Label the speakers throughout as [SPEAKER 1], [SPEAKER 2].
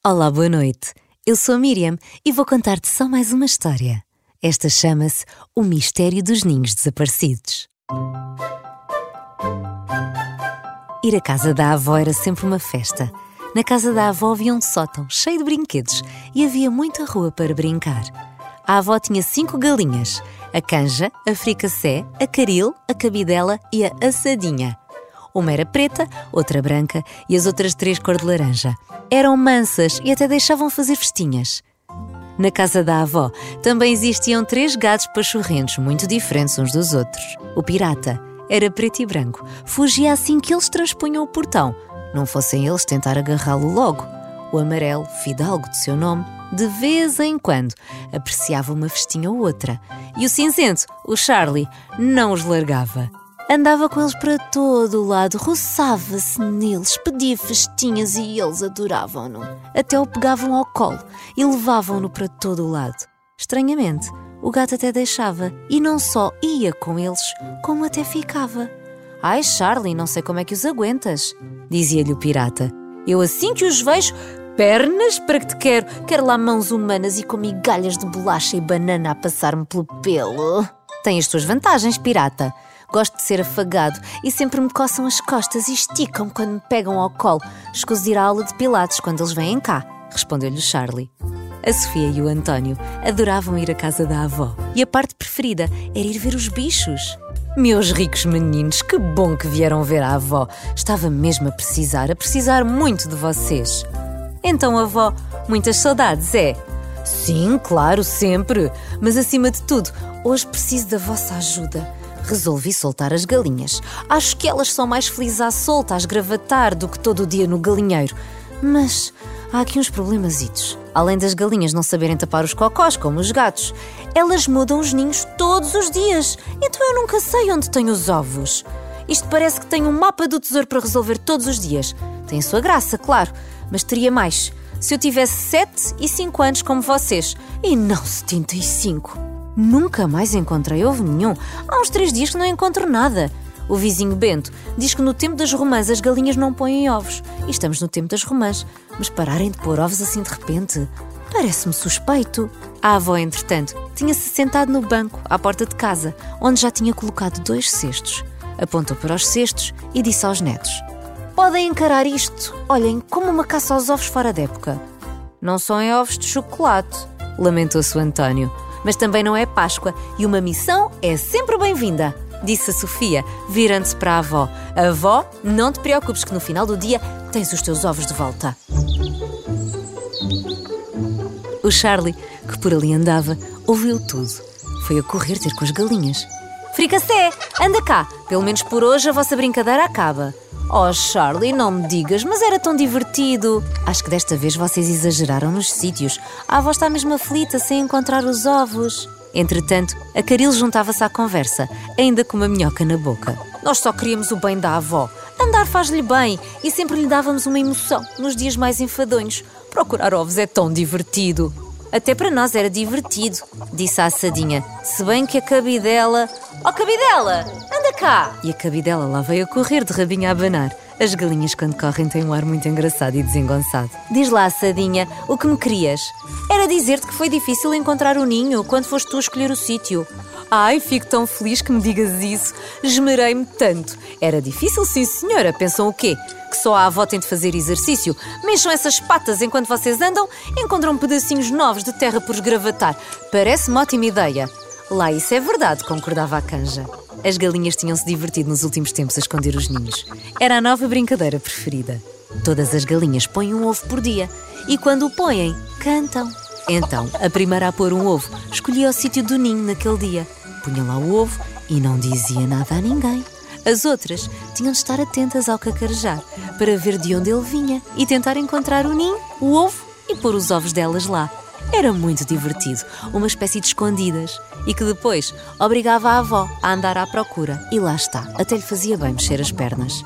[SPEAKER 1] Olá, boa noite. Eu sou a Miriam e vou contar-te só mais uma história. Esta chama-se O Mistério dos Ninhos Desaparecidos. Ir à casa da avó era sempre uma festa. Na casa da avó havia um sótão cheio de brinquedos e havia muita rua para brincar. A avó tinha 5 galinhas: a canja, a fricassé, a caril, a cabidela e a assadinha. Uma era preta, outra branca e as outras 3 cor de laranja. Eram mansas e até deixavam fazer festinhas. Na casa da avó também existiam 3 gatos pachorrentos muito diferentes uns dos outros. O pirata era preto e branco, fugia assim que eles transpunham o portão, não fossem eles tentar agarrá-lo logo. O amarelo, fidalgo de seu nome, de vez em quando apreciava uma festinha ou outra. E o cinzento, o Charlie, não os largava. Andava com eles para todo o lado, roçava-se neles, pedia festinhas e eles adoravam-no. Até o pegavam ao colo e levavam-no para todo o lado. Estranhamente, o gato até deixava e não só ia com eles, como até ficava. "Ai, Charlie, não sei como é que os aguentas", dizia-lhe o pirata. "Eu assim que os vejo, pernas para que te quero lá mãos humanas e com migalhas de bolacha e banana a passar-me pelo pelo." "Tem as tuas vantagens, pirata. Gosto de ser afagado e sempre me coçam as costas e esticam quando me pegam ao colo. Escuso de ir à aula de pilates quando eles vêm cá", respondeu-lhe o Charlie. A Sofia e o António adoravam ir à casa da avó e a parte preferida era ir ver os bichos. "Meus ricos meninos, que bom que vieram ver a avó. Estava mesmo a precisar muito de vocês." "Então, avó, muitas saudades, é?" "Sim, claro, sempre. Mas acima de tudo, hoje preciso da vossa ajuda. Resolvi soltar as galinhas. Acho que elas são mais felizes à solta, a esgravatar, do que todo o dia no galinheiro. Mas há aqui uns problemazitos. Além das galinhas não saberem tapar os cocós, como os gatos, elas mudam os ninhos todos os dias. Então eu nunca sei onde tenho os ovos. Isto parece que tem um mapa do tesouro para resolver todos os dias. Tem a sua graça, claro, mas teria mais se eu tivesse 7 e 5 anos como vocês, e não 75. Nunca mais encontrei ovo nenhum. Há uns 3 dias que não encontro nada. O vizinho Bento diz que no tempo das romãs as galinhas não põem ovos. E estamos no tempo das romãs. Mas pararem de pôr ovos assim de repente parece-me suspeito." A avó, entretanto, tinha-se sentado no banco à porta de casa, onde já tinha colocado 2 cestos. Apontou para os cestos e disse aos netos: "Podem encarar isto, olhem, como uma caça aos ovos fora de época." "Não são ovos de chocolate", lamentou-se o António. "Mas também não é Páscoa e uma missão é sempre bem-vinda", disse a Sofia, virando-se para a avó. "Avó, não te preocupes que no final do dia tens os teus ovos de volta." O Charlie, que por ali andava, ouviu tudo. Foi a correr ter com as galinhas. "Fricassé, anda cá, pelo menos por hoje a vossa brincadeira acaba." "Oh, Charlie, não me digas, mas era tão divertido." "Acho que desta vez vocês exageraram nos sítios. A avó está mesmo aflita sem encontrar os ovos." Entretanto, a Caril juntava-se à conversa, ainda com uma minhoca na boca. "Nós só queríamos o bem da avó. Andar faz-lhe bem e sempre lhe dávamos uma emoção nos dias mais enfadonhos. Procurar ovos é tão divertido." "Até para nós era divertido", disse a assadinha. "Se bem que a cabidela..." "Oh, cabidela, anda cá!" E a cabidela lá veio a correr de rabinho a abanar. As galinhas, quando correm, têm um ar muito engraçado e desengonçado. "Diz lá, assadinha, o que me querias?" "Era dizer-te que foi difícil encontrar o ninho quando foste tu a escolher o sítio." "Ai, fico tão feliz que me digas isso. Esmerei-me tanto." "Era difícil, sim senhora. Pensam o quê? Que só a avó tem de fazer exercício? Mexam essas patas enquanto vocês andam, encontram pedacinhos novos de terra por esgravatar. Parece-me ótima ideia." "Lá, isso é verdade", concordava a canja. As galinhas tinham-se divertido nos últimos tempos a esconder os ninhos. Era a nova brincadeira preferida. Todas as galinhas põem um ovo por dia e quando o põem, cantam. Então, a primeira a pôr um ovo escolhia o sítio do ninho naquele dia. Punha lá o ovo e não dizia nada a ninguém. As outras tinham de estar atentas ao cacarejar para ver de onde ele vinha e tentar encontrar o ninho, o ovo e pôr os ovos delas lá. Era muito divertido, uma espécie de escondidas, e que depois obrigava a avó a andar à procura. E lá está, até lhe fazia bem mexer as pernas.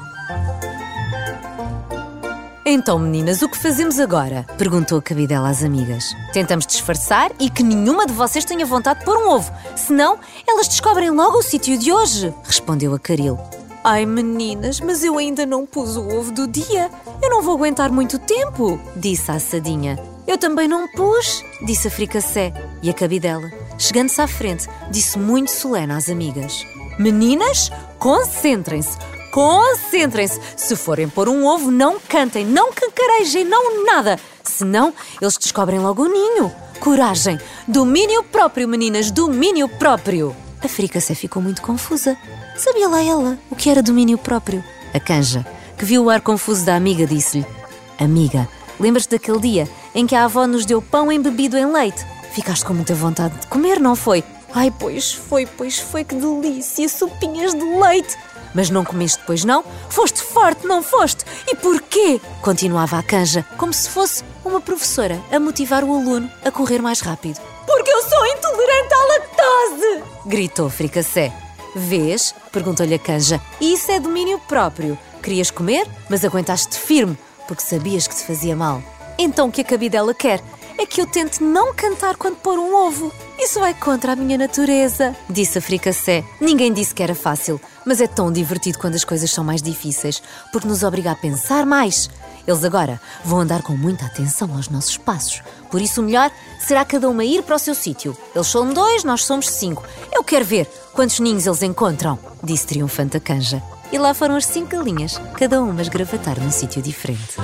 [SPEAKER 1] "Então, meninas, o que fazemos agora?" perguntou a cabidela às amigas. "Tentamos disfarçar e que nenhuma de vocês tenha vontade de pôr um ovo, senão elas descobrem logo o sítio de hoje", respondeu a Caril. Ai, meninas, mas eu ainda não pus o ovo do dia. Eu não vou aguentar muito tempo, disse a assadinha. Eu também não pus, disse a fricassé. E a cabidela, chegando-se à frente, disse muito solene às amigas: Meninas, concentrem-se. Concentrem-se! Se forem pôr um ovo, não cantem, não cacarejem, não nada. Senão, eles descobrem logo o ninho. Coragem! Domínio próprio, meninas, domínio próprio! A fricassé ficou muito confusa. Sabia lá ela o que era domínio próprio? A canja, que viu o ar confuso da amiga, disse-lhe: Amiga, lembras-te daquele dia em que a avó nos deu pão embebido em leite? Ficaste com muita vontade de comer, não foi? Ai, pois foi, que delícia, sopinhas de leite! Mas não comeste depois, não? Foste forte, não foste? E porquê? Continuava a canja, como se fosse uma professora a motivar o aluno a correr mais rápido. Porque eu sou intolerante à lactose! Gritou Fricassé. Vês? Perguntou-lhe a canja. E isso é domínio próprio. Querias comer, mas aguentaste firme, porque sabias que te fazia mal. Então o que a cabidela quer é que eu tente não cantar quando pôr um ovo. Isso vai contra a minha natureza, disse a fricassé. Ninguém disse que era fácil, mas é tão divertido quando as coisas são mais difíceis, porque nos obriga a pensar mais. Eles agora vão andar com muita atenção aos nossos passos. Por isso o melhor será cada uma ir para o seu sítio. Eles são 2, nós somos 5. Eu quero ver quantos ninhos eles encontram, disse triunfante a canja. E lá foram as 5 galinhas, cada uma a esgravatar num sítio diferente.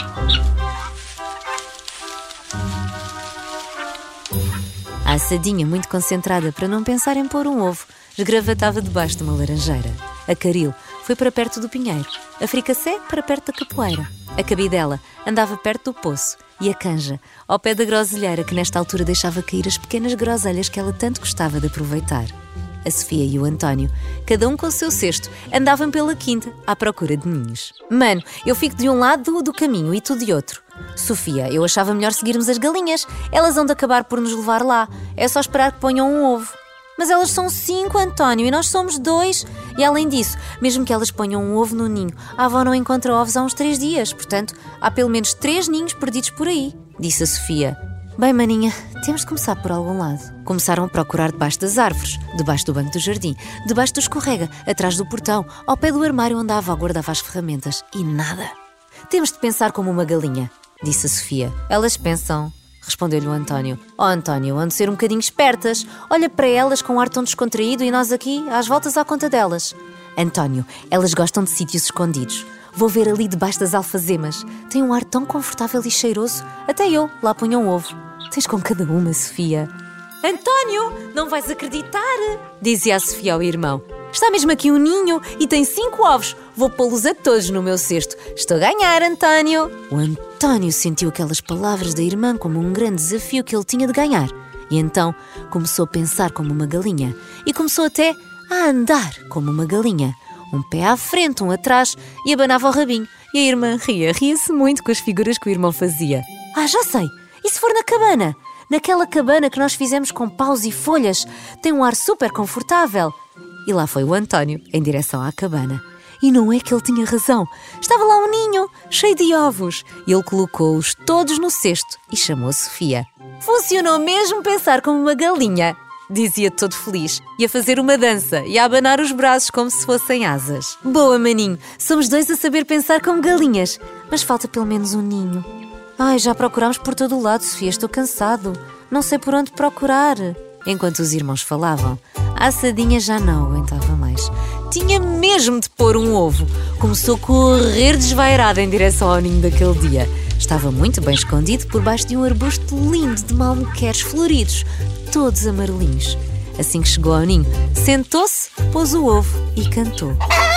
[SPEAKER 1] A assadinha, muito concentrada para não pensar em pôr um ovo, esgravatava debaixo de uma laranjeira. A caril foi para perto do pinheiro, a fricassé para perto da capoeira. A cabidela andava perto do poço e a canja ao pé da groselheira, que nesta altura deixava cair as pequenas groselhas que ela tanto gostava de aproveitar. A Sofia e o António, cada um com o seu cesto, andavam pela quinta à procura de ninhos. Mano, eu fico de um lado do caminho e tu de outro. Sofia, eu achava melhor seguirmos as galinhas. Elas vão de acabar por nos levar lá. É só esperar que ponham um ovo. Mas elas são 5, António, e nós somos 2. E além disso, mesmo que elas ponham um ovo no ninho, a avó não encontra ovos há uns 3 dias. Portanto, há pelo menos 3 ninhos perdidos por aí, disse a Sofia. Bem, maninha, temos de começar por algum lado. Começaram a procurar debaixo das árvores, debaixo do banco do jardim, debaixo do escorrega, atrás do portão, ao pé do armário onde a avó guardava as ferramentas. E nada. Temos de pensar como uma galinha, disse a Sofia. Elas pensam, respondeu-lhe o António. Oh, António, hão de ser um bocadinho espertas. Olha para elas com um ar tão descontraído e nós aqui, às voltas à conta delas. António, elas gostam de sítios escondidos. Vou ver ali debaixo das alfazemas. Tem um ar tão confortável e cheiroso. Até eu lá punha um ovo. Tens com cada uma, Sofia. António, não vais acreditar, dizia a Sofia ao irmão. Está mesmo aqui um ninho e tem 5 ovos. Vou pô-los a todos no meu cesto. Estou a ganhar, António. O António sentiu aquelas palavras da irmã como um grande desafio que ele tinha de ganhar. E então começou a pensar como uma galinha. E começou até a andar como uma galinha. Um pé à frente, um atrás, e abanava o rabinho. E a irmã ria-se muito com as figuras que o irmão fazia. Ah, já sei! E se for na cabana? Naquela cabana que nós fizemos com paus e folhas. Tem um ar super confortável. E lá foi o António, em direção à cabana. E não é que ele tinha razão. Estava lá um ninho, cheio de ovos. E ele colocou-os todos no cesto e chamou a Sofia. Funcionou mesmo pensar como uma galinha, dizia todo feliz, e a fazer uma dança e a abanar os braços como se fossem asas. Boa, maninho, somos 2 a saber pensar como galinhas, mas falta pelo menos um ninho. Ai, já procurámos por todo o lado, Sofia, estou cansado. Não sei por onde procurar. Enquanto os irmãos falavam, a assadinha já não aguentava mais. Tinha mesmo de pôr um ovo. Começou a correr desvairada em direção ao ninho daquele dia. Estava muito bem escondido por baixo de um arbusto lindo de malmequeres floridos, todos amarelinhos. Assim que chegou ao ninho, sentou-se, pôs o ovo e cantou.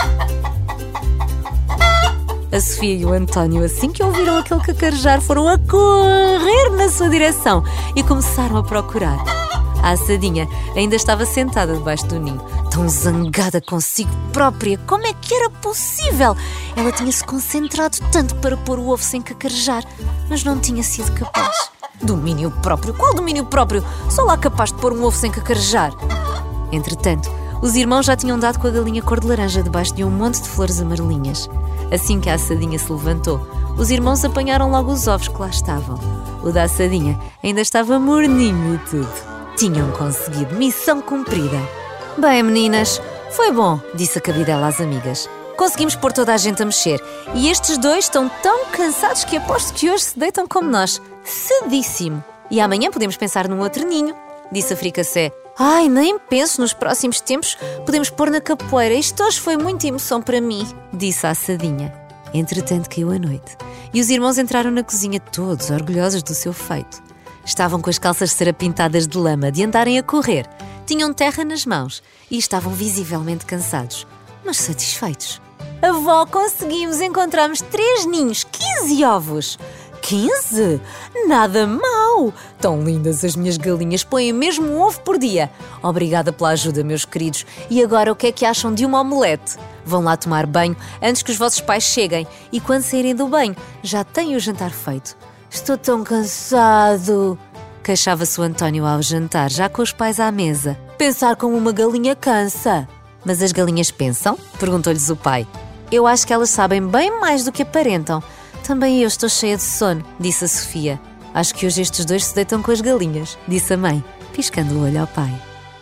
[SPEAKER 1] A Sofia e o António, assim que ouviram aquele cacarejar, foram a correr na sua direção e começaram a procurar. A assadinha ainda estava sentada debaixo do ninho, tão zangada consigo própria. Como é que era possível? Ela tinha-se concentrado tanto para pôr o ovo sem cacarejar, mas não tinha sido capaz. Domínio próprio? Qual domínio próprio? Só lá capaz de pôr um ovo sem cacarejar. Entretanto, os irmãos já tinham dado com a galinha cor de laranja debaixo de um monte de flores amarelinhas. Assim que a assadinha se levantou, os irmãos apanharam logo os ovos que lá estavam. O da assadinha ainda estava morninho e tudo. Tinham conseguido missão cumprida. Bem, meninas, foi bom, disse a cabidela às amigas. Conseguimos pôr toda a gente a mexer. E estes dois estão tão cansados que aposto que hoje se deitam como nós. Cedíssimo. E amanhã podemos pensar num outro ninho, disse a fricassé. Ai, nem penso, nos próximos tempos podemos pôr na capoeira. Isto hoje foi muita emoção para mim, disse a assadinha. Entretanto caiu a noite e os irmãos entraram na cozinha todos orgulhosos do seu feito. Estavam com as calças sarapintadas de lama de andarem a correr. Tinham terra nas mãos e estavam visivelmente cansados, mas satisfeitos. Avó, conseguimos! Encontramos 3 ninhos, 15 ovos! 15? Nada mau! Tão lindas as minhas galinhas, põem mesmo um ovo por dia. Obrigada pela ajuda, meus queridos. E agora o que é que acham de uma omelete? Vão lá tomar banho antes que os vossos pais cheguem e quando saírem do banho já têm o jantar feito. Estou tão cansado, queixava-se o António ao jantar, já com os pais à mesa. Pensar como uma galinha cansa. Mas as galinhas pensam? Perguntou-lhes o pai. Eu acho que elas sabem bem mais do que aparentam. Também eu estou cheia de sono, disse a Sofia. Acho que hoje estes dois se deitam com as galinhas, disse a mãe, piscando o olho ao pai.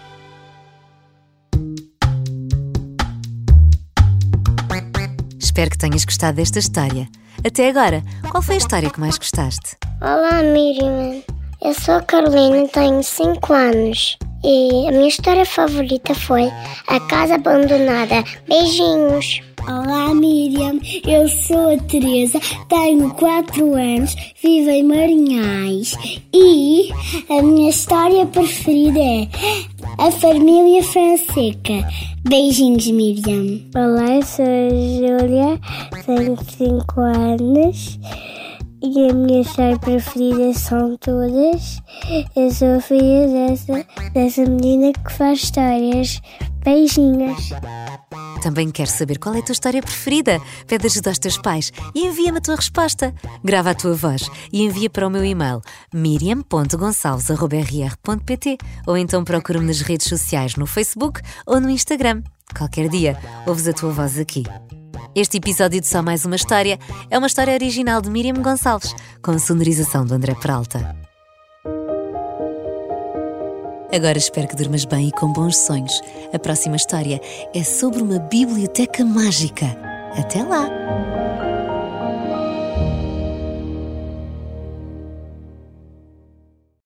[SPEAKER 1] Espero que tenhas gostado desta história. Até agora, qual foi a história que mais gostaste?
[SPEAKER 2] Olá, Miriam. Eu sou a Carolina, tenho 5 anos. E a minha história favorita foi A Casa Abandonada. Beijinhos.
[SPEAKER 3] Olá, Miriam. Eu sou a Teresa, tenho 4 anos, vivo em Marinhais. E a minha história preferida é A Família Fonseca. Beijinhos, Miriam.
[SPEAKER 2] Olá, eu sou a Júlia, tenho 5 anos. E a minha história preferida são todas. Eu sou a filha dessa menina que faz histórias. Beijinhos.
[SPEAKER 1] Também quero saber qual é a tua história preferida. Pede ajuda aos teus pais e envia-me a tua resposta. Grava a tua voz e envia para o meu e-mail miriam.gonçalves@rr.pt ou então procura-me nas redes sociais no Facebook ou no Instagram. Qualquer dia ouves a tua voz aqui. Este episódio de Só Mais Uma História é uma história original de Miriam Gonçalves, com a sonorização do André Peralta. Agora espero que durmas bem e com bons sonhos. A próxima história é sobre uma biblioteca mágica. Até lá!